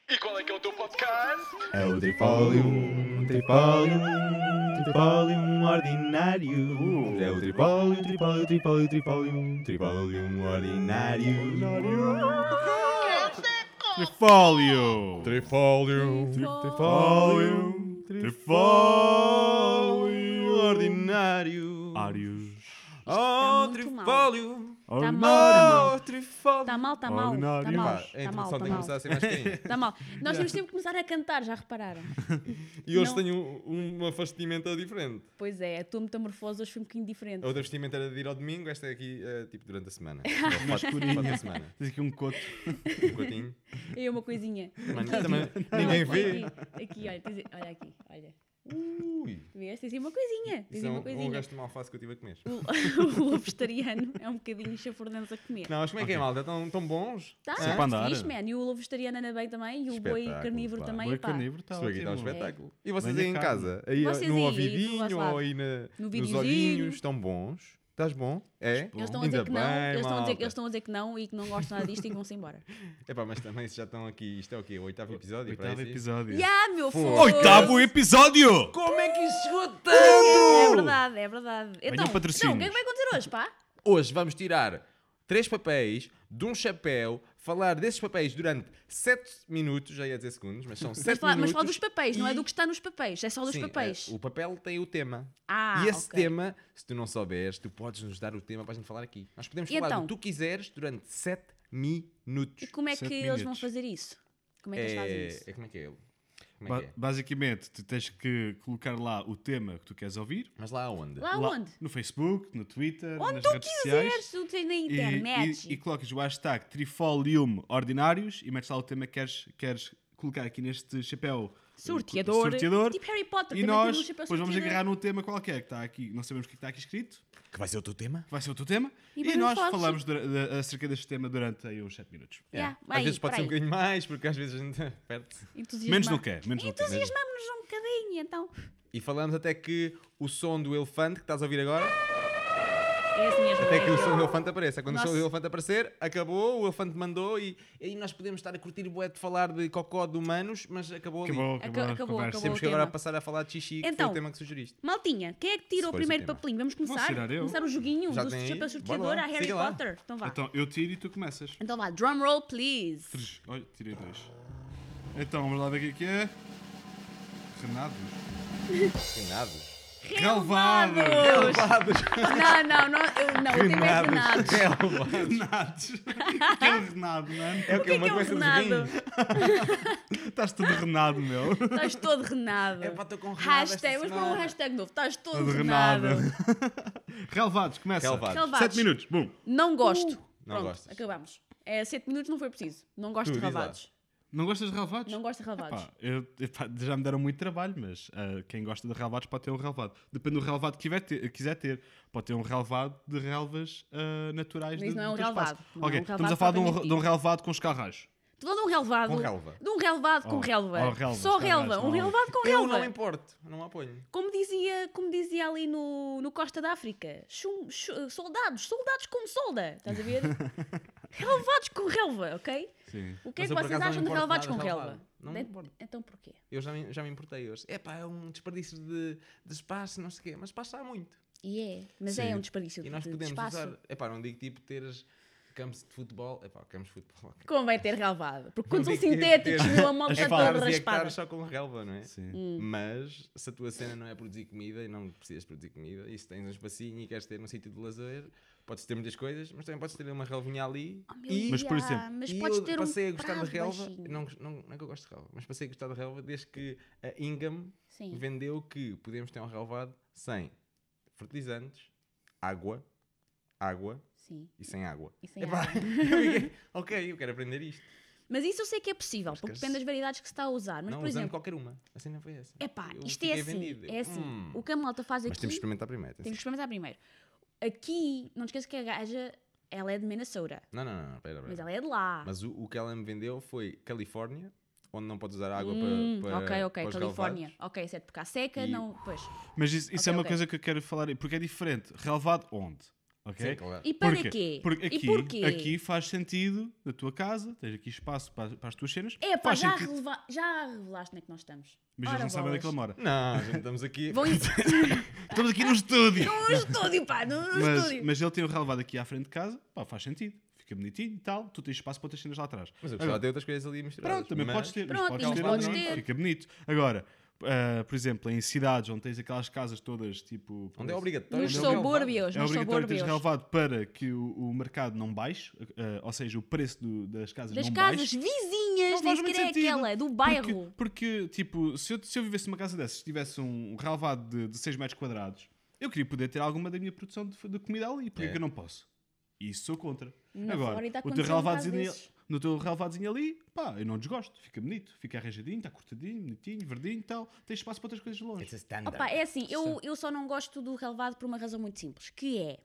E qual é que é o teu podcast? É o Tripólium ordinário. É o Tripólium ordinário. Tripólium ordinário. Ários. Oh, muito mal. Tripólium. Tá mal, Oh, Tripólium. Está mal, está mal. Ordinário. Está mal. Epá, a Está mal, introdução está tem que mal. começar a ser mais pequena. Está mal. Nós temos sempre que começar a cantar, já repararam? E hoje Não. tenho uma vestimenta diferente. Pois é, a tua metamorfose hoje foi um bocadinho diferente. A outra vestimenta era de ir ao domingo, esta é aqui, tipo, durante a semana. Mais escurinha. Pode da semana. Tens aqui um coto. Um cotinho. É uma coisinha. Também ninguém vê. Aqui, olha, olha aqui, olha. Ui. Vês? Tens aí uma coisinha. Tens Isso aí é uma um coisinha. gasto de malface que eu tive a comer. O lobo vegetariano é um bocadinho chafurdante a comer. Não, mas como é que é, malta? Tão bons? Tá, Sempre a andar. fixe, man. E o lobo vegetariano anda bem também. E o boi Espetáculo, carnívoro pá. também. Boi pá. carnívoro está Estou aqui, está um ótimo. espetáculo. E vocês Venha aí em cá. casa? Aí Vocês no aí, do ouvidinho vosso lado. ou aí No nos videozinho. olhinhos? Estão bons? Estás bom? É? Eles estão a Ainda dizer que não, bem, eles malta. estão a dizer que não e que não gostam nada disto e que vão-se embora. Epá, mas também se já estão aqui, isto é o quê? O oitavo episódio? Oitavo parece isso? episódio. Ya, meu fogo! Oitavo episódio! Como é que isso chegou É tanto? verdade, é verdade. Então, patrocínios. o que é que vai acontecer hoje, pá? Hoje vamos tirar 3 papéis de um chapéu, falar desses papéis durante 7 minutos, já ia dizer segundos, mas são 7 Mas minutos. fala dos papéis, não é e- do que está nos papéis, é só dos Sim, papéis. o papel tem o tema. Ah, E esse ok. tema, se tu não souberes, tu podes nos dar o tema para a gente falar aqui. Nós podemos E falar então? do que tu quiseres durante 7 minutos. E como é que 7 eles vão minutos. fazer isso? Como é que eles fazem isso? Como é que é ele? Como é que é? Basicamente, tu tens que colocar lá o tema que tu queres ouvir. Mas lá aonde? Lá onde? No Facebook, no Twitter, Onde nas tu redes quiseres, sociais. tu tens na E, internet. e colocas o hashtag Trifolium Ordinários e metes lá o tema que queres colocar aqui neste chapéu Sorteador. sorteador. Tipo Harry Potter, E também nós tem um chapéu depois vamos sorteador. agarrar num tema qualquer que está aqui. Não sabemos o que está aqui escrito. Que vai ser o teu tema? Vai ser o teu tema. E E, depois nós falamos falamos acerca deste tema durante aí uns 7 minutos. Yeah, Às vai, vezes pode ser um peraí. bocadinho mais, porque às vezes a gente perde-se. Menos não quer. Menos não quer. Entusiasmamos-nos um bocadinho, então. E falamos até que o som do elefante que estás a ouvir agora, É assim mesmo. até que o som do elefante apareça. Quando o som Nossa. do elefante aparecer, acabou, o elefante mandou e aí nós podemos estar a curtir o bué de falar de cocó de humanos, mas acabou ali. Acabou a Acabou, conversa. Temos o que agora tema. passar a falar de xixi, que foi Então. o tema que sugeriste. Maltinha, quem é que tira Se o for primeiro esse o tema. papelinho? Vamos começar? tirar eu. Começar o joguinho Já do tem aí? chapéu Bora sorteador lá, a Harry siga lá. Potter. Então vá. Então eu tiro e tu começas. Então vá, drum roll, please. Olha, tirei 2. Então vamos lá ver o que é. Renados. Renados. Relevados. Relevados. Não, o tema é Renados. Relevados. Renados. O que é um renado, mano? É o O que é que é um coisa de Renado? vinho. Estás todo renado, meu. Estás todo renado. É pá, estou com Renado Hashtag, esta vamos pôr um semana. hashtag novo. Estás todo Todo renado. renado. Relevados, começa. Relevados. Relevados. 7 minutos, bum. Não gosto. Não Pronto, gostas. acabamos. 7 minutos não foi preciso. Não gosto Tu, de diz lá. relevados. Não gostas de relevados? Não gosto de relevados. Epá, já me deram muito trabalho, mas quem gosta de relevados pode ter um relevado. Depende do relevado que quiser ter. Pode ter um relevado de relvas naturais. Mas isso não é um do teu espaço. relevado. Não é Ok, um estamos relevado a falar propriamente de um relevado com escarraios. Estou falando de um relevado. Com relva. De um relevado com Oh, relva. oh, relva, Só relva. caralho, Um não. relevado com Eu relva. não importo, não apoio. Como dizia ali no Costa da África. Soldados com solda. Estás a ver? Relevados com relva, ok? Sim. O que é Mas que eu, por vocês acaso, não acham de importo relevados nada com de relva? relvado. Não me importo. Então porquê? Eu já me importei hoje. Epá, é um desperdício de espaço, não sei o quê, mas passa muito. E é, mas Sim. é um desperdício E nós de podemos espaço. usar, epá, não digo tipo teres campos de futebol, epá, campos de futebol. ok. Convém ter relvado. Porque quando são Não digo sintéticos, ter- meu, a malta está hectares toda e raspada. hectares só com relva, não é? Sim. Mas se a tua cena não é produzir comida e não precisas produzir comida, e se tens um espacinho e queres ter um sítio de lazer, podes ter muitas coisas, mas também podes ter uma relvinha ali. Oh, meu e Mas, por dia, exemplo, mas e podes eu ter passei a um gostar de prazo relva, baixinho. não é que eu gosto de relva, mas passei a gostar de relva desde que a Ingam Sim. vendeu que podemos ter um relvado sem fertilizantes, água Sim. e sem água. E sem Epá, água. eu fiquei, ok, eu quero aprender isto. Mas isso eu sei que é possível, porque que depende das variedades que se está a usar. Mas, não por usando exemplo, qualquer uma. A cena foi essa. epá, Eu isto é fiquei assim. vendido. É assim. O que a malta faz Mas aqui. temos que experimentar primeiro. Temos que experimentar primeiro. Aqui, não te esqueças que a gaja, ela é de Minnesota. Não, pera. Mas ela é de lá. Mas o que ela me vendeu foi Califórnia, onde não podes usar água para Ok, para os Califórnia. relevados. Ok, certo, porque há seca, E- não. Pois. Mas isso Ok, é uma ok. coisa que eu quero falar, porque é diferente. Relevado onde? Ok? Sim, claro. E para Porquê? quê? Porque E porquê? aqui faz sentido, na tua casa, tens aqui espaço para as tuas cenas. É pá, faz já, sentido. já revelaste onde é que nós estamos. Mas eles Ora, não sabem onde é que ele bolas. mora. Não, a gente estamos aqui. Vão Estamos aqui no estúdio! no estúdio, pá, no estúdio. Mas ele tem o relevado aqui à frente de casa, pá, faz sentido. Fica bonitinho e tal. Tu tens espaço para outras cenas lá atrás. Mas eu gostava de ter outras coisas ali misturadas. Pronto, também mas- podes ter. Mas Pronto, podes isto ter, podes não, ter. fica bonito. Agora, por exemplo, em cidades onde tens aquelas casas todas tipo. Onde é obrigatório. Nos ter relevado. subúrbios, É nos obrigatório teres subúrbios. relevado para que o mercado não baixe, ou seja, o preço das casas Das não casas baixe. vizinhas, Não nem faz muito sequer é sentido. aquela, do bairro. Porque tipo, se eu vivesse numa casa dessas, se tivesse um relevado de 6 metros quadrados, eu queria poder ter alguma da minha produção de comida ali. Porque é que eu não posso? Isso sou contra. Na Agora, Flórida o teu aconteceu um caso relevadozinho, desses. no teu relevadozinho ali, pá, eu não desgosto. Fica bonito, fica arranjadinho, está cortadinho, bonitinho, verdinho e tal. Tens espaço para outras coisas longe. It's a standard. Opa, é assim, eu só não gosto do relevado por uma razão muito simples, que é,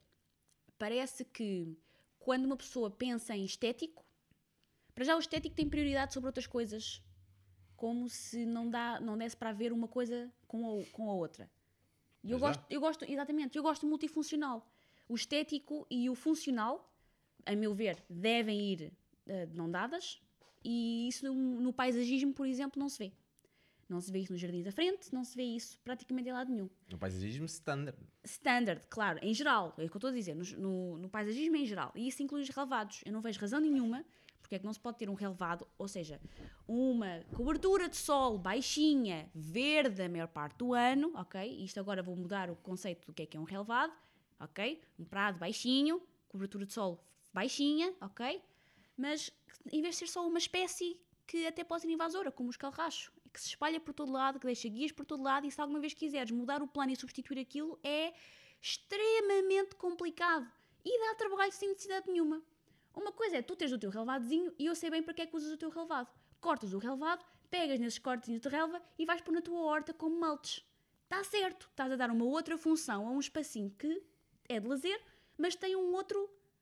parece que quando uma pessoa pensa em estético, para já o estético tem prioridade sobre outras coisas, como se não desse para haver uma coisa com a outra. E eu gosto, exatamente, eu gosto do multifuncional. O estético e o funcional, a meu ver, devem ir de mão dadas, e isso no paisagismo, por exemplo, não se vê. Não se vê isso nos jardins da frente, não se vê isso praticamente em lado nenhum. No paisagismo standard. Standard, claro, em geral, é o que eu estou a dizer, no paisagismo em geral, e isso inclui os relevados. Eu não vejo razão nenhuma porque é que não se pode ter um relevado, ou seja, uma cobertura de sol baixinha, verde a maior parte do ano, ok? Isto agora vou mudar o conceito do que é um relevado, ok? Um prado baixinho, cobertura de sol baixinha, ok? Mas em vez de ser só uma espécie que até pode ser invasora, como o escarracho, que se espalha por todo lado, que deixa guias por todo lado, e se alguma vez quiseres mudar o plano e substituir aquilo, é extremamente complicado e dá trabalho sem necessidade nenhuma. Uma coisa é tu teres o teu relevadozinho e eu sei bem para que é que usas o teu relevado. Cortas o relevado, pegas nesses cortezinhos de relva e vais pôr na tua horta como maltes. Está certo, estás a dar uma outra função a um espacinho que é de lazer, mas tem uma outra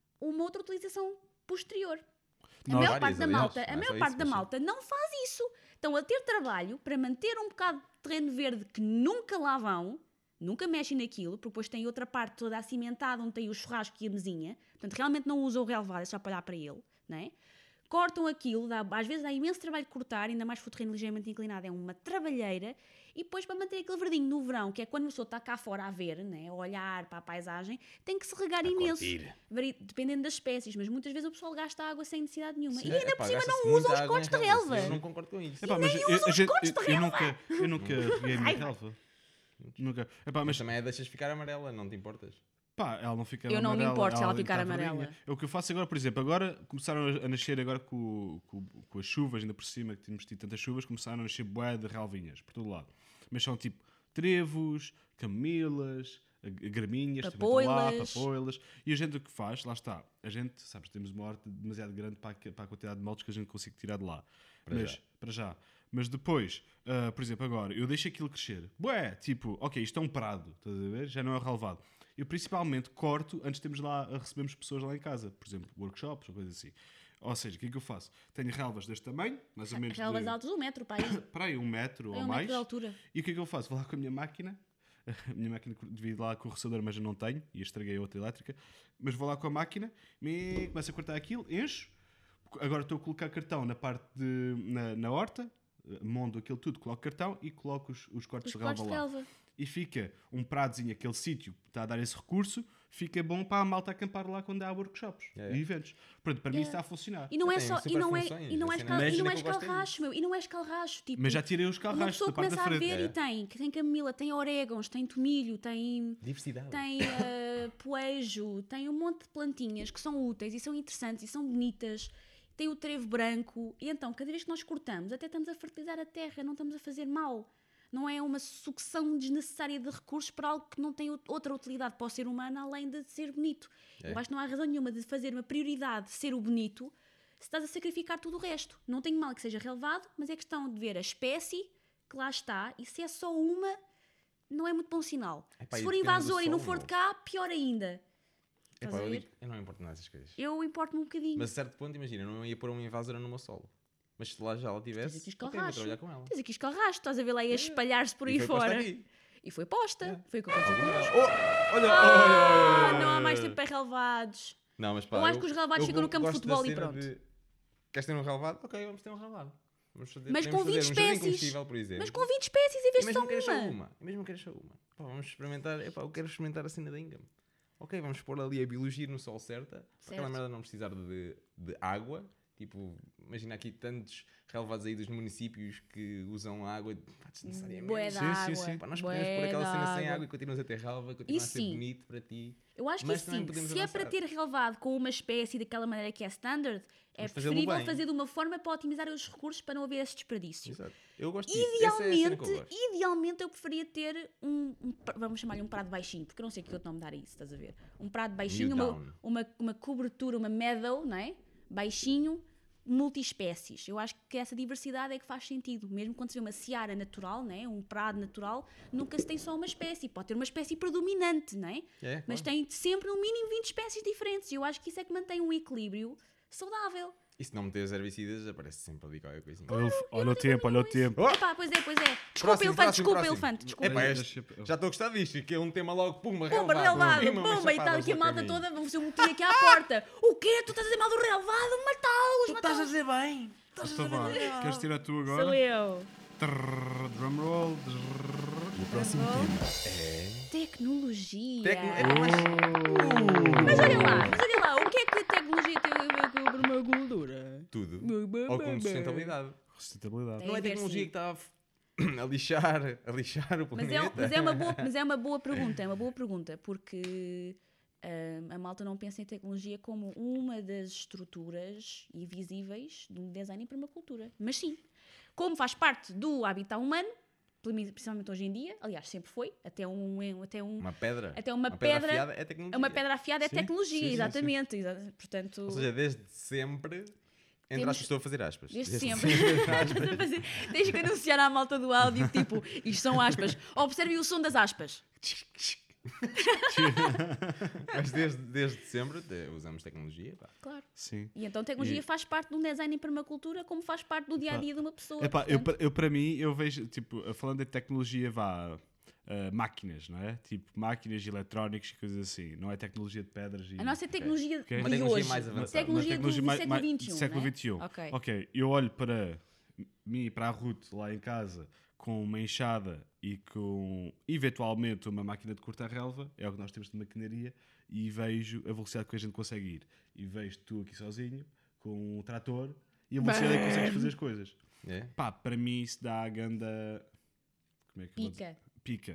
utilização posterior. A maior parte da malta não faz isso. Estão a ter trabalho para manter um bocado de terreno verde que nunca lá vão, nunca mexem naquilo, porque depois tem outra parte toda acimentada onde tem o churrasco e a mesinha, portanto realmente não usam o relevado, é só para olhar para ele, não é? Cortam aquilo, às vezes dá imenso trabalho de cortar, ainda mais se for terreno ligeiramente inclinado, é uma trabalheira, e depois para manter aquele verdinho no verão, que é quando a pessoa está cá fora a ver, né, a olhar para a paisagem, tem que se regar imenso, dependendo das espécies, mas muitas vezes o pessoal gasta água sem necessidade nenhuma. Sim, E ainda epá, por cima gasta-se não muita usam os água cortes em de relva. relva. Eu não concordo com isso. Epá, mas eu nunca reguei a minha relva. Nunca. Epá, Mas mas também a deixas ficar amarela, não te importas? pá, ela não fica Eu não me amarela, importo se ela tem que ficar estar verdinha. amarela. É o que eu faço agora, por exemplo, agora começaram a nascer agora com as chuvas, ainda por cima, que temos tido tantas chuvas, começaram a nascer bué de relvinhas, por todo lado. Mas são tipo trevos, camilas, graminhas, também estão lá, papoilas. E a gente o que faz, lá está, a gente, sabes, temos uma horta demasiado grande para a quantidade de moldes que a gente consegue tirar de lá. Para já. Mas depois, por exemplo, agora, eu deixo aquilo crescer. Bué, tipo, ok, isto é um prado, estás a ver? Já não é relevado. Eu principalmente corto antes de termos lá, recebemos pessoas lá em casa. Por exemplo, workshops ou coisas assim. Ou seja, o que é que eu faço? Tenho relvas deste tamanho, mais ou menos Relvas altas de 1 metro, pá, aí. para aí 1 metro É ou 1 mais. metro de altura. E o que é que eu faço? Vou lá com a minha máquina. A minha máquina devia ir lá com o roçador, mas eu não tenho. E estraguei a outra elétrica. Mas vou lá com a máquina, começo a cortar aquilo, encho. Agora estou a colocar cartão na parte na horta. Mondo aquilo tudo, coloco cartão e coloco os cortes de relva lá. E fica um pradozinho, aquele sítio que está a dar esse recurso, fica bom para a malta acampar lá quando há workshops e eventos. Pronto, para mim está a funcionar. E não é Tem só, super e não é funções, escalracho, meu, e não é escalracho, tipo, Mas já tirei os uma calrachos pessoa da parte começa da a frente. ver e tem camomila, tem orégãos, tem tomilho, tem Diversidade. poejo, tem um monte de plantinhas que são úteis e são interessantes e são bonitas. Tem o trevo branco. E então, cada vez que nós cortamos, até estamos a fertilizar a terra, não estamos a fazer mal. Não é uma sucção desnecessária de recursos para algo que não tem outra utilidade para o ser humano além de ser bonito. Eu acho que não há razão nenhuma de fazer uma prioridade de ser o bonito se estás a sacrificar tudo o resto. Não tem mal que seja relevado, mas é questão de ver a espécie que lá está, e se é só uma, não é muito bom sinal. Epá, se e for depende do invasor e não sol, for de cá, pior ainda. Epá, Estás a ver? eu não me importo nada dessas coisas. Eu importo-me um bocadinho. Mas a certo ponto, imagina, eu não ia pôr uma invasora no meu solo. Mas se lá já ela Tens tivesse, aqui ok, vou escarracho. trabalhar com ela. Tens aqui escarracho, estás a ver lá a espalhar-se por E aí foi posta fora. aqui. E foi posta. Foi o que aconteceu Alguma connosco. delas. Olha, Não há mais tempo para relevados. Não, mas pá, Eu acho que os relevados ficam no campo de gosto da futebol e cena pronto. Queres ter um relevado? Ok, vamos ter um relevado. Mas Podemos com 20 fazer um jardim espécies. comestível, por exemplo. Mas com 20 espécies em E vez de mesmo só que queres só uma. uma. E mesmo que queres só uma. Pá, vamos experimentar. Epá, eu quero experimentar a cena da Ingham. Ok, vamos pôr ali a biologia no sol certa. Para aquela merda não precisar de água. Tipo, imagina aqui tantos relevados aí dos municípios que usam água desnecessariamente. Bué de Sim, sim, água. sim. Pá, nós bué podemos pôr aquela de cena sem água. água e continuas a ter relva, continua a Isso ser sim. bonito para ti. Eu acho que Mas isso também sim. podemos Se é para avançar. ter relevado com uma espécie daquela maneira que é standard, é Vamos fazê-lo preferível bem. fazer de uma forma para otimizar os recursos para não haver esse desperdício. Exato. Eu gosto disso. Essa é a cena que eu gosto. Idealmente eu preferia ter vamos chamar-lhe um prado baixinho, porque eu não sei que outro nome dar a isso, estás a ver? Um prado baixinho, New down. uma cobertura, uma meadow, não é? Baixinho, multiespécies. Eu acho que essa diversidade é que faz sentido. Mesmo quando se vê uma seara natural, não é? Um prado natural, nunca se tem só uma espécie. Pode ter uma espécie predominante, não é? É, Mas claro. tem sempre no mínimo 20 espécies diferentes. E eu acho que isso é que mantém um equilíbrio saudável. E se não meteres herbicidas, aparece sempre ali qualquer coisinha. Olha o tempo, olha o tempo. Oh! Epá, pois é. Desculpa, Próximo, elefante, próximo, desculpa, próximo. elefante. Desculpa. Epá, Deixa- já estou a gostar disto, que é um tema logo, pumba, Pumba, relevado, pumba, e está aqui a malta toda, vão fazer um motim aqui à porta. O quê? Tu estás a dizer mal do relevado? Matá-los, matá-los. dizer bem. Então vá, queres tirar tu Sou agora? eu. Drumroll. O próximo tema é... Tecnologia. Uh! Mas olha lá, o que é que a tecnologia tem a ver com a permacultura? Tudo. Ou com sustentabilidade. Sustentabilidade. Não é a ver, tecnologia sim. que está a lixar o planeta. Mas é uma boa pergunta, porque a malta não pensa em tecnologia como uma das estruturas invisíveis do design em permacultura. Mas sim, como faz parte do habitat humano, principalmente hoje em dia, aliás, sempre foi, até Uma pedra. uma pedra afiada é tecnologia. uma pedra afiada é Sim, tecnologia, sim, sim, exatamente. Portanto, Ou seja, desde sempre... Entre Temos- aspas, estou a fazer aspas. desde sempre. Tens que anunciar à malta do áudio, tipo, isto são aspas. Observem o som das aspas. Mas desde sempre usamos tecnologia. Pá. Claro. Sim. E então a tecnologia E- faz parte de um design em permacultura, como faz parte do dia a dia de uma pessoa. Epá, portanto. eu para mim, eu vejo, tipo, falando de tecnologia, máquinas, não é? Tipo, máquinas eletrónicos e coisas assim. Não é tecnologia de pedras e... A nossa tecnologia Ok. Uma de tecnologia hoje. mais avançada. Tecnologia do século mais- XXI. século não é? XXI. Ok. Ok, eu olho para mim e para a Ruth lá em casa com uma enxada e com, eventualmente, uma máquina de cortar relva, é o que nós temos de maquinaria, e vejo a velocidade que a gente consegue ir. E vejo tu aqui sozinho, com um trator, e a velocidade que consegues fazer as coisas. É? Pá, para mim isso dá a ganda... Como é que eu vou dizer? Pica. Pica.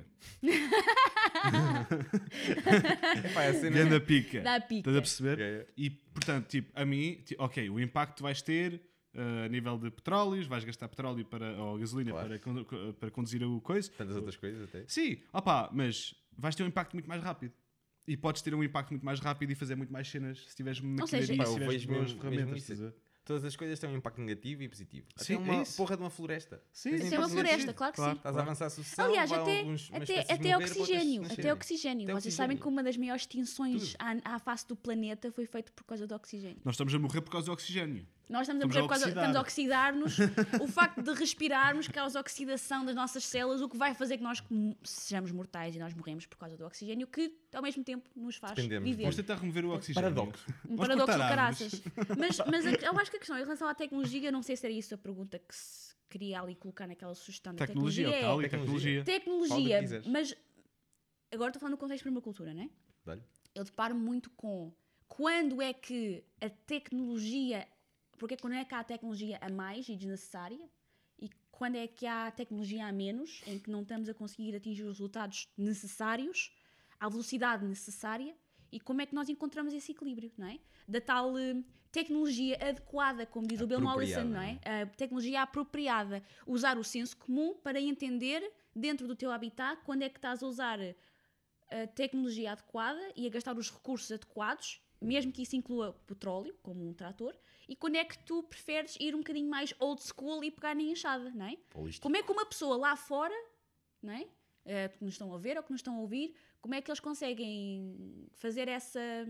Epá, a cena... Ganda pica. Dá pica. Estás a perceber? É. E, portanto, tipo, a mim, ok, o impacto que vais ter a nível de petróleos, vais gastar petróleo ou gasolina Claro. para conduzir o coisa. Tantas outras coisas até. Sim, opá, mas vais ter um impacto muito mais rápido. E podes ter um impacto muito mais rápido e fazer muito mais cenas se tiveres uma seja, maquinaria, pá, se eu tiveres vejo boas mesmo ferramentas. isso. estás a ver? Todas as coisas têm um impacto negativo e positivo. Sim, Até é uma isso. porra de uma floresta. Sim, Tens sim, Isso é uma impacto floresta, negativo. claro que Claro. sim. Estás a avançar a sucessão, Aliás, vai até, algumas até, espécies até morrer para outras oxigênio. nascerem. Até oxigênio. Até Vocês sabem oxigênio. que uma das maiores extinções à face do planeta foi feita por causa do oxigênio. Nós estamos a morrer por causa do oxigênio. Nós estamos a Estamos morrer a por causa, oxidar. estamos a oxidar-nos. O facto de respirarmos causa oxidação das nossas células, o que vai fazer que nós sejamos mortais e nós morremos por causa do oxigênio, que ao mesmo tempo nos faz Dependemos. viver. Vamos tentar remover o oxigênio. Paradoxo. Um Vamos paradoxo de cortar árvores. caraças. Mas eu acho que a questão em relação à tecnologia, não sei se era isso a pergunta que se queria ali colocar naquela sugestão da Tecnologia, tecnologia. tal É e tecnologia. Fala tecnologia, o que quiseres. mas agora estou falando do contexto de permacultura, não é? Dá-lhe. Eu deparo-me muito com quando é que a tecnologia, porque quando é que há tecnologia a mais e desnecessária e quando é que há tecnologia a menos, em que não estamos a conseguir atingir os resultados necessários, à velocidade necessária, e como é que nós encontramos esse equilíbrio, não é? Da tal tecnologia adequada, como diz o Bill Mollison, não é? A tecnologia apropriada, usar o senso comum para entender dentro do teu habitat quando é que estás a usar a tecnologia adequada e a gastar os recursos adequados, mesmo que isso inclua petróleo, como um trator, e quando é que tu preferes ir um bocadinho mais old school e pegar na enxada, não é? Holístico. Como é que uma pessoa lá fora, não é? Que nos estão a ver ou que nos estão a ouvir, como é que eles conseguem fazer essa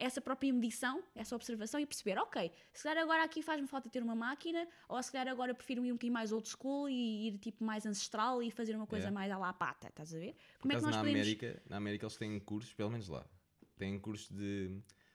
essa própria medição, essa observação e perceber, ok, se calhar agora aqui faz-me falta ter uma máquina, ou se calhar agora eu prefiro ir um bocadinho mais old school e ir tipo mais ancestral e fazer uma coisa mais à la pata, estás a ver? Como é que nós podemos... Na América eles têm cursos, pelo menos lá, têm cursos de...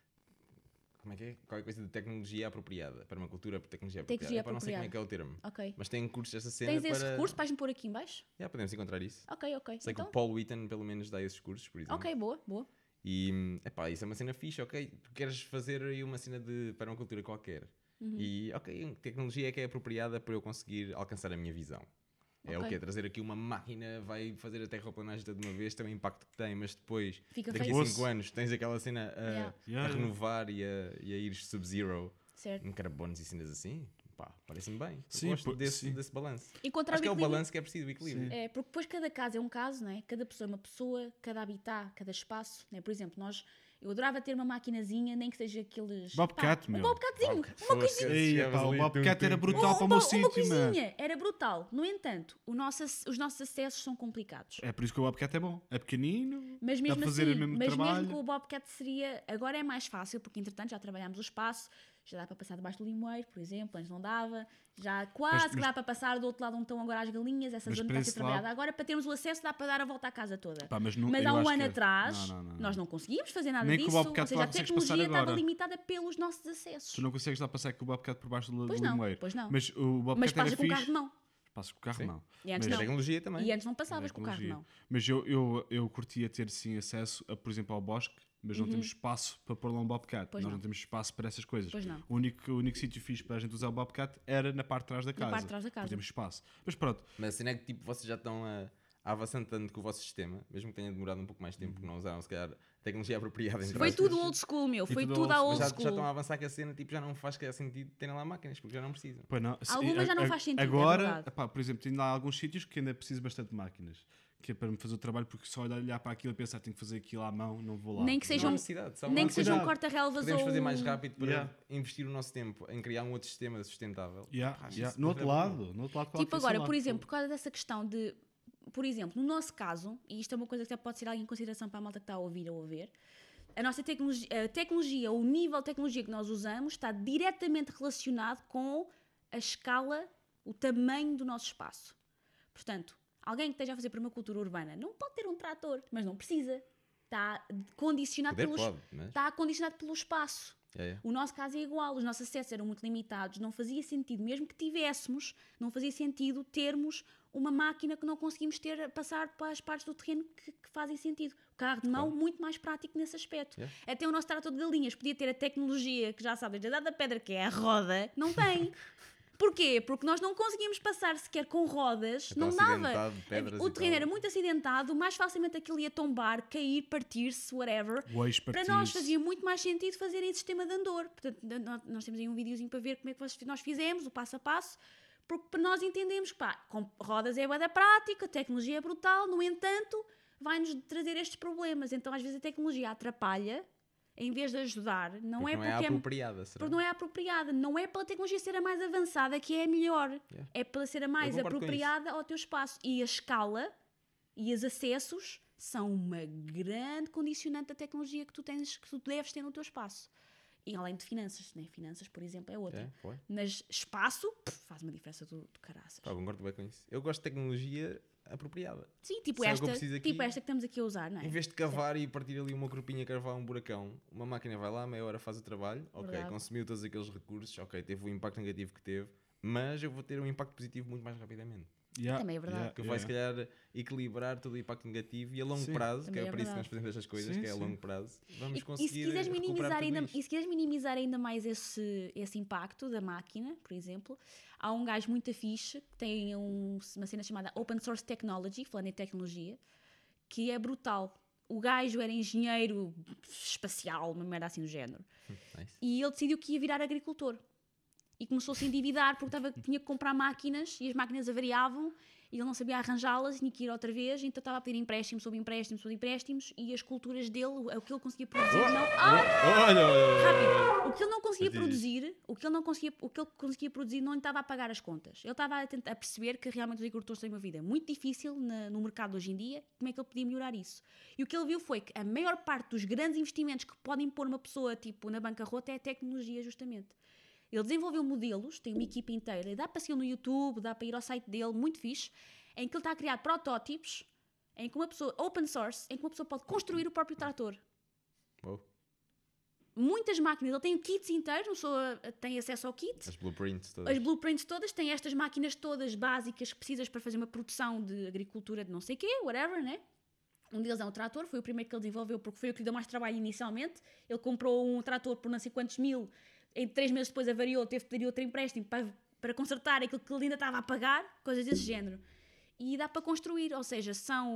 Como é que é? Qualquer coisa de tecnologia apropriada. Permacultura por tecnologia apropriada. Não sei como é que é o termo. Ok. Mas têm cursos dessa cena. Tens esse recurso? Vais-me pôr aqui em baixo? Podemos encontrar isso. Ok. Sei que então... o Paul Wheaton pelo menos dá esses cursos, por exemplo. Ok, boa. E, isso é uma cena fixe, ok? Tu queres fazer aí uma cena de permacultura qualquer. E, ok, tecnologia é que é apropriada para eu conseguir alcançar a minha visão. É o quê? Trazer aqui uma máquina vai fazer a terraplanagem toda de uma vez, tem o impacto que tem, mas depois, daqui a 5 anos, tens aquela cena a renovar e a ir sub-zero em carbonos e cenas assim. Pá, parece-me bem. Sim, gosto desse balanço. Acho que é o balanço que é preciso, o equilíbrio. É, porque depois cada caso é um caso, não é? Cada pessoa é uma pessoa, cada habitat, cada espaço. Não é? Por exemplo, eu adorava ter uma maquinazinha, nem que seja aqueles... Bobcat, meu. Um Bobcatzinho, uma coisinha. O Bobcat era brutal para o meu sítio, uma coisinha, era brutal. No entanto, os nossos acessos são complicados. É por isso que o Bobcat é bom. É pequenino, mas dá mesmo para fazer assim, o mesmo mas trabalho. Mesmo que o Bobcat seria... Agora é mais fácil, porque entretanto já trabalhámos o espaço, já dá para passar debaixo do limoeiro, por exemplo, antes não dava. Já quase que dá para passar do outro lado onde estão agora as galinhas, essa zona está a ser trabalhada. Agora, para termos o acesso, dá para dar a volta à casa toda. Pá, mas há um ano atrás, nós não conseguimos fazer nada nem disso. Que o Bobcat ou seja, a tecnologia estava limitada pelos nossos acessos. Tu não consegues lá passar com o Bobcat por baixo do pois limoeiro. Pois não. Mas o Bobcat passas era com o carro de mão. Passas com o carro de mão. E antes mas não. Tecnologia também. E antes não passavas com o carro de mão. Mas eu curtia ter sim acesso, por exemplo, ao bosque, mas não temos espaço para pôr lá um Bobcat. Nós não temos espaço para essas coisas. Pois não. O único sítio fixe para a gente usar o Bobcat era na parte de trás da casa. Na parte de trás da casa. Não temos espaço. Mas pronto. Mas assim é que tipo, vocês já estão avançando tanto com o vosso sistema, mesmo que tenha demorado um pouco mais de tempo, porque não usaram se calhar tecnologia apropriada. Foi tudo old school, meu. Foi tudo a old school. Já estão a avançar que a cena tipo, já não faz sentido terem lá máquinas, porque já não precisam. Pois não. Algumas já não faz sentido. Agora, por exemplo, tem lá alguns sítios que ainda preciso bastante de máquinas. Que é para me fazer o trabalho, porque só olhar para aquilo e pensar tenho que fazer aquilo à mão, não vou lá. Nem que seja um corta-relvas podemos fazer mais rápido para investir o nosso tempo em criar um outro sistema sustentável. No outro lado. Tipo agora, por exemplo, por causa dessa questão de... Por exemplo, no nosso caso, e isto é uma coisa que até pode ser algo em consideração para a malta que está a ouvir ou a ver, a nossa tecnologia, o nível de tecnologia que nós usamos está diretamente relacionado com a escala, o tamanho do nosso espaço. Portanto, alguém que esteja a fazer permacultura urbana não pode ter um trator, mas não precisa. Está condicionado, está condicionado pelo espaço. O nosso caso é igual, os nossos acessos eram muito limitados, não fazia sentido, mesmo que tivéssemos, não fazia sentido termos uma máquina que não conseguimos passar para as partes do terreno que fazem sentido. O carro de mão, muito mais prático nesse aspecto. Até o nosso trator de galinhas podia ter a tecnologia que já sabe, da pedra, que é a roda, não tem. Porquê? Porque nós não conseguíamos passar sequer com rodas, não dava. O terreno era muito acidentado, mais facilmente aquilo ia tombar, cair, partir-se, whatever. Para nós fazia muito mais sentido fazer em sistema de andor. Portanto, nós temos aí um videozinho para ver como é que nós fizemos, o passo a passo, porque para nós entendemos que com rodas é bué da prática, a tecnologia é brutal, no entanto, vai-nos trazer estes problemas. Então às vezes a tecnologia atrapalha, em vez de ajudar, porque não é apropriada. Porque não é apropriada. Não é pela tecnologia ser a mais avançada que é a melhor. É pela ser a mais apropriada ao teu espaço. E a escala e os acessos são uma grande condicionante da tecnologia que tu deves ter no teu espaço. E além de finanças, né? Finanças, por exemplo, é outra. Mas espaço faz uma diferença do caraças. Concordo bem com isso. Eu gosto de tecnologia apropriada. Sim, tipo esta que estamos aqui a usar, não é? Em vez de cavar e partir ali uma grupinha, cavar um buracão, uma máquina vai lá, meia hora faz o trabalho, consumiu todos aqueles recursos, teve o impacto negativo que teve, mas eu vou ter um impacto positivo muito mais rapidamente. Também é verdade. Que vai se calhar equilibrar todo o impacto negativo e a longo prazo, que é para isso que nós fazemos estas coisas, que é a longo prazo, vamos conseguir e se quiseres minimizar ainda mais esse impacto da máquina, por exemplo, há um gajo muito fixe que tem uma cena chamada Open Source Technology, falando em tecnologia, que é brutal. O gajo era engenheiro espacial, uma merda assim do género. E ele decidiu que ia virar agricultor. E começou-se a endividar porque tinha que comprar máquinas e as máquinas avariavam e ele não sabia arranjá-las, tinha que ir outra vez, então estava a pedir empréstimos sobre empréstimos sobre empréstimos, e as culturas dele, o que ele conseguia produzir, não... Rápido! O que ele não conseguia produzir, o que ele conseguia produzir não lhe estava a pagar as contas. Ele estava a tentar perceber que realmente os agricultores têm uma vida muito difícil no mercado hoje em dia, como é que ele podia melhorar isso. E o que ele viu foi que a maior parte dos grandes investimentos que podem pôr uma pessoa tipo na bancarrota é a tecnologia, justamente. Ele desenvolveu modelos, tem uma equipa inteira, dá para seguir no YouTube, dá para ir ao site dele, muito fixe, em que ele está a criar protótipos, em que uma pessoa, open source, em que uma pessoa pode construir o próprio trator. Oh. Muitas máquinas, ele tem kits inteiros, a pessoa tem acesso ao kit. As blueprints todas. As blueprints todas, tem estas máquinas todas básicas que precisas para fazer uma produção de agricultura de não sei o quê, whatever, né? Um deles é um trator, foi o primeiro que ele desenvolveu porque foi o que lhe deu mais trabalho inicialmente. Ele comprou um trator por não sei quantos mil, em 3 meses depois avariou, teve que pedir outro empréstimo para consertar aquilo que ele ainda estava a pagar, coisas desse género. E dá para construir, ou seja,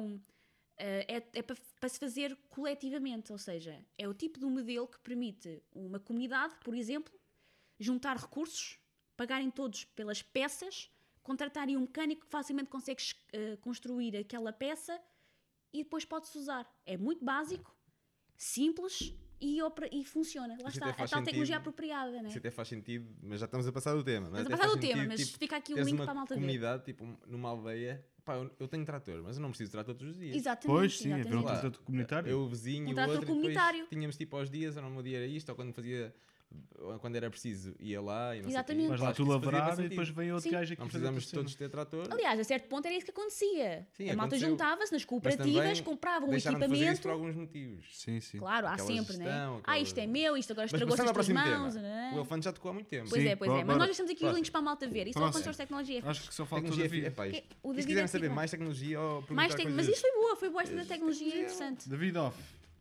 é para se fazer coletivamente, ou seja, é o tipo de um modelo que permite uma comunidade, por exemplo, juntar recursos, pagarem todos pelas peças, contratarem um mecânico que facilmente consegue construir aquela peça e depois pode-se usar. É muito básico, simples e funciona. Lá está, a tal tecnologia apropriada, né? Isso até faz sentido, mas já estamos a passar do tema. Mas fica aqui o link para a malta ver. Comunidade, tipo, numa aldeia, pá, eu tenho trator, mas eu não preciso de trator todos os dias. Exatamente. Pois sim, exatamente. haver um trator comunitário. Eu, o vizinho, Um o trator outro, comunitário. E depois tínhamos tipo aos dias, ou no meu dia era isto, ou quando era preciso ia lá e não Exatamente. sei o quê. Vais lá Acho que tu isso fazia lavrar e sentido. depois vem outro Sim. gajo aqui Não fazer precisamos outra todos cena. ter trator. Aliás, a certo ponto era isso que acontecia. Sim, a malta aconteceu. juntava-se nas Mas cooperativas, também comprava um deixaram de fazer isso equipamento. por alguns motivos. Sim, sim. Claro, há Aquela sempre, gestão, né? aquela- Isto é meu, isto agora Mas estragou-se passando ao nas tuas próximo mãos. tema. Né? O elefante já tocou há muito tempo. Pois Sim, é, pois é. Mas bora. nós deixamos aqui os Próximo. links para a malta ver. Isso é Próximo. open source tecnologia. Acho que só falta o Tecnologia, David. epá, isto- O e se David quiserem é saber tipo- mais tecnologia ou Mais perguntar mas coisas- isso foi boa esta da tecnologia interessante. David off.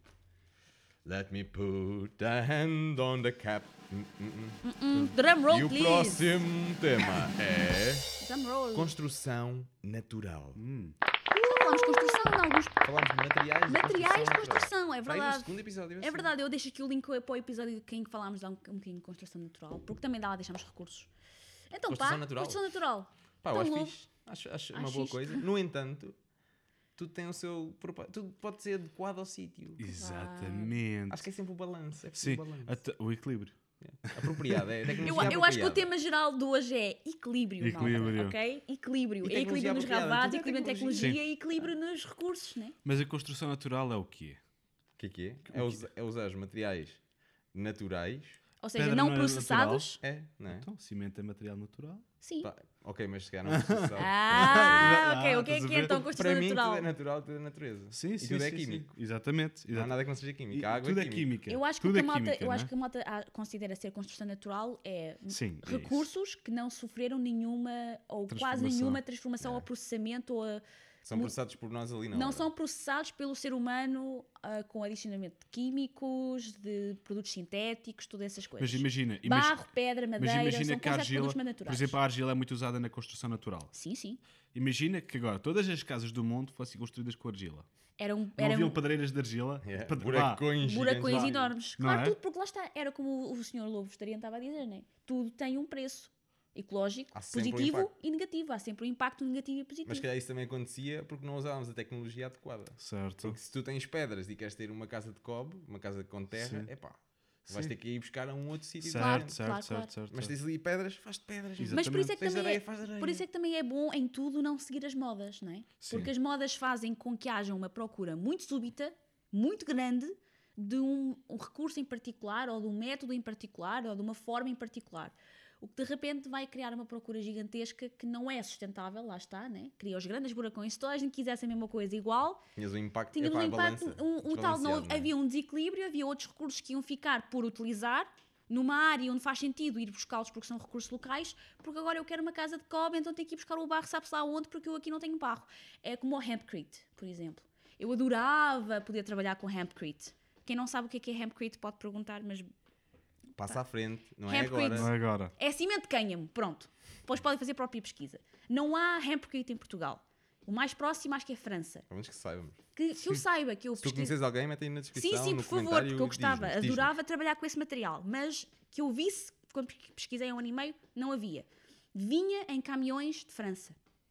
Let me put a hand on the cap. Drum roll, E o please. próximo tema é Drum roll. construção natural. Falamos de construção em alguns... Falámos de materiais. Materiais de natural. construção, é Vai no verdade. segundo episódio. É verdade, eu deixo aqui o link para o episódio em que falámos de um bocadinho de construção natural, porque também lá deixamos recursos. Então, Construção pá, natural? construção natural. Pá, eu Tão acho louco. fixe. Acho uma Acho boa fixe. coisa. No entanto, tudo tem o seu... Tudo pode ser adequado ao sítio. Exatamente. Acho que é sempre o balanço. É preciso Sim, o balanço. o equilíbrio. Apropriado. É tecnologia Eu acho que o apropriada. tema geral de hoje é equilíbrio, Equilíbrio. malta, ok? Equilíbrio. E É equilíbrio nos tecnologia relevados, apropriada, equilíbrio na tudo é tecnologia e equilíbrio nos recursos, né? Mas a construção natural é o quê? O que é? É usar os materiais naturais. Ou seja, Pedra não não é processados. É, não é? Então, cimento é material natural. Sim. Pá, ok, mas se calhar não processado. Ok. O que estás a é ver? então Para construção mim natural? tudo é natural, tudo é natureza. Sim, e sim, tudo é sim, químico. sim. Exatamente. Não há nada que não seja químico. A água Tudo é química. Eu acho que Tudo o que é a malta, química, eu não é? acho que a malta considera ser construção natural é Sim, é recursos que não sofreram nenhuma ou quase Transformação. nenhuma transformação ou processamento ou São processados por nós ali, não são processados pelo ser humano com adicionamento de químicos, de produtos sintéticos, todas essas coisas. Mas imagina, Barro, pedra, mas madeira, imagina são que a considerados argila, produtos por naturais. exemplo, a argila é muito usada na construção natural. Sim, sim. Imagina que agora todas as casas do mundo fossem construídas com argila. Eram Não haviam pedreiras de argila? Yeah. Pad- Buracões buracões gigantes. enormes. Não Claro, é? tudo porque lá está. Era como o senhor Lobo Vegetariano estava a dizer, né? Tudo tem um preço ecológico, Há sempre um positivo impacto. e negativo. Há sempre um impacto negativo e positivo. Mas se calhar isso também acontecia porque não usávamos a tecnologia adequada. Certo. Porque se tu tens pedras e queres ter uma casa de cobre, uma casa com terra, Sim. epá, vais Sim. ter que ir buscar a um outro sítio. Certo, Claro, certo, claro, certo, claro. certo. Mas tens ali pedras, faz-te pedras. Exato. Mas por isso, é que Tens também areia, é, faz areia. por isso é que também é bom em tudo não seguir as modas, não é? Sim. Porque as modas fazem com que haja uma procura muito súbita, muito grande, de um recurso em particular, ou de um método em particular, ou de uma forma em particular. O que de repente vai criar uma procura gigantesca que não é sustentável, lá está, né? Cria os grandes buracões. Se toda a gente quisesse a mesma coisa igual, Tinhas um impacto, tínhamos epá, um impacto, balança, um tal, não, desbalanceado, é? havia um desequilíbrio, havia outros recursos que iam ficar por utilizar numa área onde faz sentido ir buscá-los porque são recursos locais, porque agora eu quero uma casa de cobre, então tenho que ir buscar o barro, sabe-se lá onde, porque eu aqui não tenho barro. É como o hempcrete, por exemplo. Eu adorava poder trabalhar com hempcrete. Quem não sabe o que é hempcrete pode perguntar, mas Passa à frente, não é Hempcrete. agora. Não é agora. é cimento de cânhamo, pronto. Depois podem fazer a própria pesquisa. Não há hempcrete em Portugal. O mais próximo acho que é França. Pelo menos que saibamos. Que eu saiba, que eu Se tu pesquiso. conheces alguém, mete aí na descrição, Sim, no por favor, comentário, porque eu gostava, diz-nos. adorava trabalhar com esse material, mas que eu visse, quando pesquisei há um ano e meio, não havia. Vinha em caminhões de França,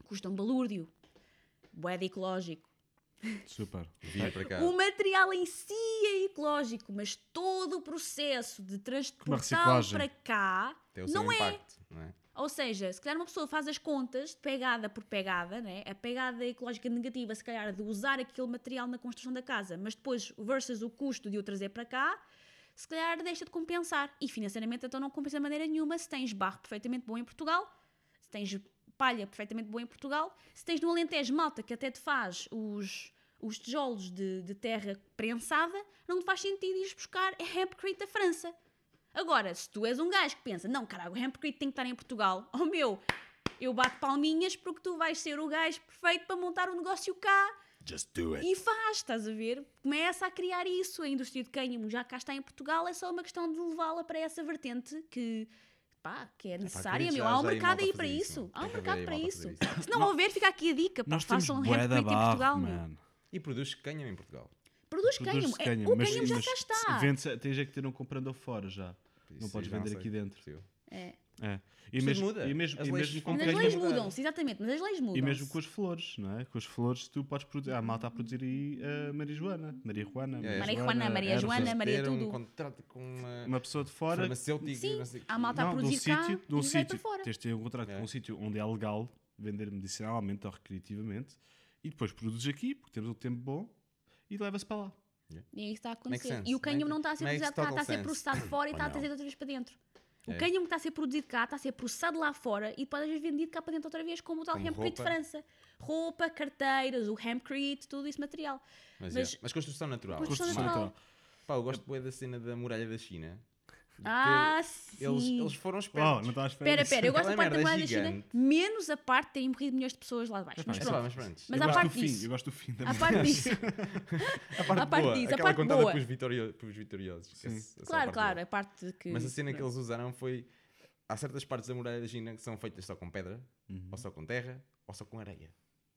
custa um balúrdio. Bué de ecológico. Super. Vir para cá. O material em si é ecológico, mas todo o processo de transportá-lo reciclagem. para cá Tem o seu não é. impacto, não é? Ou seja, se calhar uma pessoa faz as contas de pegada por pegada, né? A pegada ecológica negativa, se calhar, de usar aquele material na construção da casa, mas depois versus o custo de o trazer para cá, se calhar deixa de compensar. E financeiramente então não compensa de maneira nenhuma se tens barro perfeitamente bom em Portugal, se tens palha perfeitamente boa em Portugal, se tens no Alentejo malta que até te faz os tijolos de terra prensada, não te faz sentido ires buscar hempcrete da França. Agora, se tu és um gajo que pensa, não, caralho, o hempcrete tem que estar em Portugal, oh meu, eu bato palminhas porque tu vais ser o gajo perfeito para montar um negócio cá. Just do it. E faz, estás a ver? Começa a criar isso. A indústria de cânhamo já cá está em Portugal, é só uma questão de levá-la para essa vertente que é necessária, acredito, meu. Há um já aí mercado malta aí fazer para isso, isso. meu. Há um Tem que haver mercado aí para malta isso. fazer isso. Se não houver, fica aqui a dica. Pá, Nós temos façam bué hempcrete de em Portugal, barro, meu. man. E produz cânhamo em Portugal. Produz cânhamo. Produz-se cânhamo, O mas- cânhamo já mas cá está. Tens é que ter um comprador fora já. Não Isso podes eu já vender sei. aqui dentro. Possível. É. É. E Isto mesmo, muda. e mesmo, As e leis mesmo com Mas as Cânhamo leis cânhamo, mudam-se, exatamente. Mas as leis mudam-se. e mesmo com as flores, não é? Com as flores tu podes produzir. Há malta a produzir aí marijuana. Marijuana. É. Marijuana, Maria ervas. Joana, Maria Ter um tudo. contrato com Uma pessoa de fora. farmacêutico. Sim, não sei o quê. há malta a Não, de um produzir cá sítio, de um e vai para sítio. fora. Tens de ter um contrato É. com um sítio onde é legal vender medicinalmente ou recreativamente e depois produzes aqui, porque temos um tempo bom, e leva-se para lá. E é isso que está a Makes acontecer. sense. E o cânhamo não está a ser Makes produzido cá, está a total ser sense. processado fora e Ou está a não. trazer outra vez para dentro. O É. cânhamo que está a ser produzido cá está a ser processado lá fora e depois às vezes vendido cá para dentro outra vez, como o tal Como hempcrete de roupa. França. Roupa, carteiras, o hempcrete, tudo esse material. Mas, Mas- é. Mas construção natural. Construção Construção natural. natural. Pá, eu gosto bué da cena da muralha da China. De Ah, ter- sim. Eles foram Oh, espertos. não estava à espera. Espera, eu gosto da Aquela parte da merda muralha da China, gigante. menos a parte de terem morrido milhões de pessoas lá de baixo. Epá, Mas isso É só, pronto. mas pronto. Mas eu à gosto parte do fim, disso. eu gosto do fim da A parte disso. A parte, parte boa, disso, a aquela parte contada boa. pelos vitoriosos. Sim. Essa Claro, parte claro, boa. a parte que. Mas a cena que eles usaram foi... Há certas partes da muralha da China que são feitas só com pedra, Uhum. ou só com terra, ou só com areia.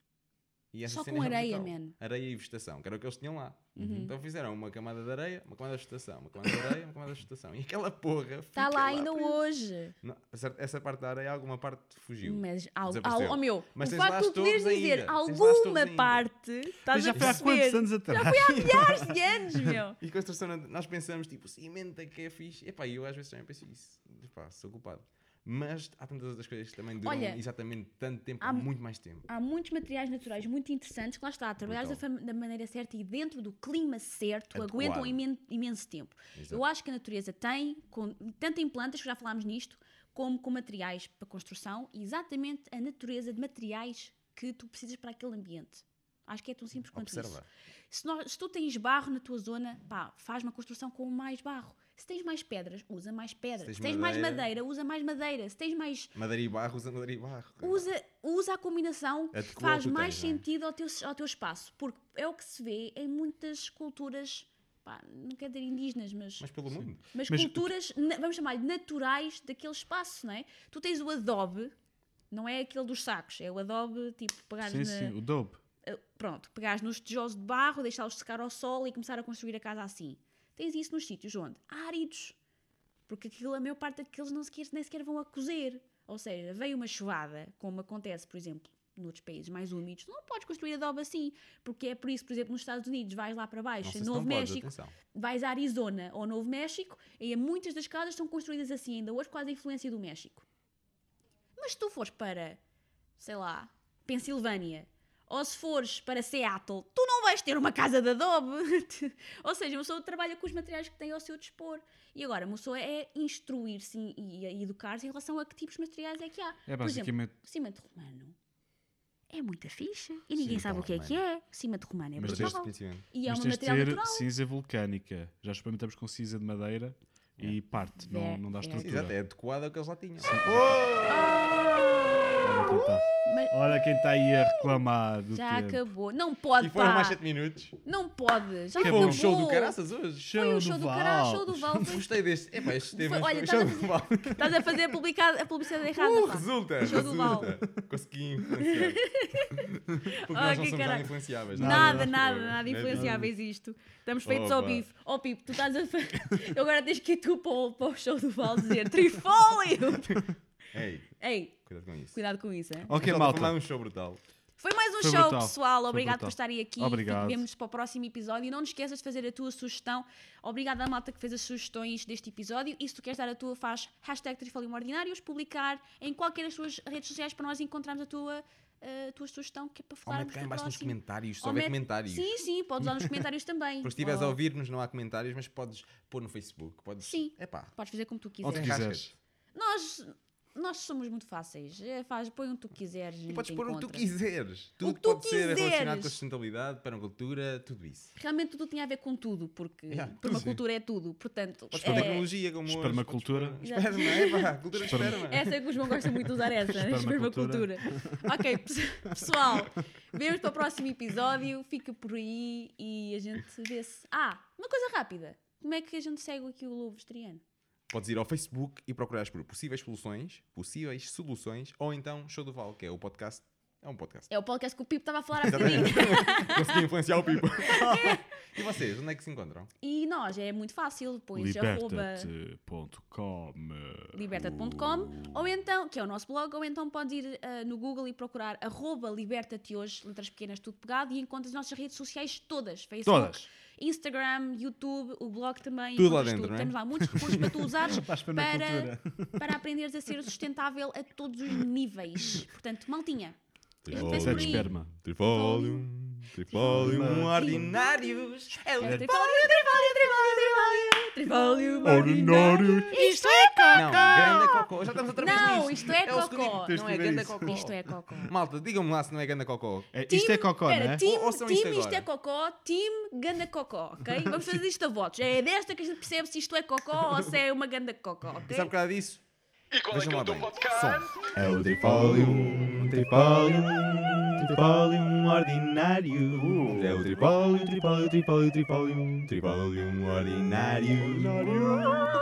E essa Só cena com é areia, brutal. man. Areia e vegetação, que era o que eles tinham lá. Uhum. Então fizeram uma camada de areia, uma camada de vegetação, uma camada de areia, uma camada de vegetação. E aquela porra Está fica lá ainda preso. hoje. Não, essa parte da areia, alguma parte fugiu. Mas, Desapareceu. oh meu, Mas o tens lá facto de as tu poderes torres dizer ainda. Tens lá as torres alguma ainda. parte, estás Mas já a foi há quantos perceber? anos atrás? Milhares de anos, meu. E construção, nós pensamos, tipo, cimento é que é fixe. Epá, eu às vezes também penso isso. Epá, sou culpado. Mas há tantas outras coisas que também duram Olha, exatamente tanto tempo, há- muito mais tempo. Há muitos materiais naturais muito interessantes que lá está, trabalhares da maneira certa e dentro do clima certo, Adequado. aguentam imenso tempo. Exato. Eu acho que a natureza tem, tanto em plantas, que já falámos nisto, como com materiais para construção, exatamente a natureza de materiais que tu precisas para aquele ambiente. Acho que é tão simples quanto Observa. isso. Se tu tens barro na tua zona, pá, faz uma construção com mais barro. Se tens mais pedras, usa mais pedras. Se tens mais madeira, usa mais madeira. Se tens mais... Madeira e barro, usa madeira e barro. Usa a combinação que Adequa faz ao que mais tens, não é? sentido ao teu espaço. Porque é o que se vê em muitas culturas, pá, não quero dizer indígenas, Mas pelo mundo. mas Mas culturas, vamos chamar-lhe naturais daquele espaço, não é? Tu tens o adobe, não é aquele dos sacos, é o adobe, tipo, pegares Sim, sim, o dope. pronto, pegares nos tijolos de barro, deixá-los secar ao sol e começar a construir a casa assim. Tens isso nos sítios onde? Áridos. Porque aquilo, a maior parte daqueles nem sequer vão a cozer. Ou seja, veio uma chuvada, como acontece, por exemplo, noutros países mais úmidos, tu não podes construir adobe assim. Porque é por isso, por exemplo, nos Estados Unidos, vais lá para Não baixo, sei em se Novo não podes, México, atenção. vais a Arizona ou Novo México, e muitas das casas são construídas assim ainda hoje, quase a influência do México. Mas se tu fores para, sei lá, Pensilvânia, ou se fores para Seattle, tu não vais ter uma casa de adobe. Ou seja, uma pessoa trabalha com os materiais que tem ao seu dispor. E agora, uma pessoa é instruir-se e educar-se em relação a que tipos de materiais é que há. É Por exemplo, basicamente. o cimento romano é muita ficha e ninguém Cimento sabe o que é. O cimento romano é Mas Mas tens de brutal. conhecimento. E é Mas um tens de material ter natural. cinza vulcânica. Já experimentamos com cinza de madeira e parte, não dá Exato, estrutura. é adequado ao que eles lá tinham. Olha quem está aí a reclamar do Já tempo. acabou. Não pode, E foram pá. mais 7 minutos. Não pode. Já Foi acabou. um show do caraças hoje. Foi um show do caralho, show do Val. Gostei deste. Epá, este tema Olha, foi show estás a do Val. Estás a fazer a publicidade errada, pá. Resulta, Show do Val. resulta. Consegui influenciar. Porque nós não que somos nada caralho. influenciáveis. Nada Não é influenciáveis isto. Estamos feitos ao Opa. bife. Ó Pipo, tu estás a fazer. Agora tens que ir tu para o show do Val dizer Trifólio! Ei, Cuidado com isso. cuidado com isso, hein? Ok, Só malta. tomar um show brutal. Foi mais um Foi show, brutal. pessoal. Foi Obrigado brutal. por estarem aqui. Obrigado. Vemo-nos para o próximo episódio. E não te esqueças de fazer a tua sugestão. Obrigada à malta que fez as sugestões deste episódio. E se tu queres dar a tua, faz #Trifoliumordinários, publicar em qualquer das tuas redes sociais para nós encontrarmos a tua sugestão, que é para Ou falarmos mete cá do em baixo nos próximo. comentários, se Ou houver mete- comentários. Sim, podes lá nos comentários também. Porque se estiveres a Ou- ouvir-nos não há comentários, mas podes pôr no Facebook. Podes... Sim. Epá. Podes fazer como tu Onde quiseres. quiseres. Nós somos muito fáceis. Põe onde tu quiseres. E podes te pôr onde tu encontra. quiseres. Tudo que tu pode ser relacionado com a quiseres. sustentabilidade, permacultura, tudo isso. Realmente tudo tinha a ver com tudo, porque Yeah, permacultura é tudo. Portanto, Podes pôr tecnologia como Espermacultura. hoje. Esperma, epá, cultura de esperma. essa é que o João gosta muito de usar essa, Espermacultura. espermacultura. Ok, pessoal, vemos para o próximo episódio, fica por aí e a gente vê-se. Uma coisa rápida. Como é que a gente segue aqui o Lobo Vegetariano? Podes ir ao Facebook e procurares por possíveis soluções, ou então Show do Val, que é o podcast. É um podcast. É o podcast que o Pipo estava a falar há bocadinho. Consegui influenciar o Pipo. E vocês, onde é que se encontram? E nós, é muito fácil, pões Liberta-te.com. liberta.com, ou então, que é o nosso blog, ou então podes ir no Google e procurar @liberta-te hoje, letras pequenas, tudo pegado, e encontras as nossas redes sociais todas. Facebook, Todas. Instagram, YouTube, o blog também. Tudo lá encontras dentro, não é? Temos lá muitos recursos para tu usares Para a espermacultura. para aprenderes a ser sustentável a todos os níveis. Portanto, maltinha. Isso é de esperma. Trifolium ordinários. É o Trifolium Ordinário. Isto é Não, ganda cocó. Já estamos outra vez Não, nisto. isto é o segundo- cocó. Não é ganda Isto cocó. Isto é cocó. Malta, digam-me lá se não é ganda cocó. Isto é cocó, não Espera, é? Team, Ouçam team isto isto agora. é cocó, Team ganda cocó, ok? Vamos fazer isto a votos. É desta que a gente percebe se isto é cocó ou se é uma ganda cocó, E ok? sabe por causa disso? E qual é que Vejam é lá o teu bem. podcast? Som. É o Trifolium ordinário. É o Trifolium ordinário.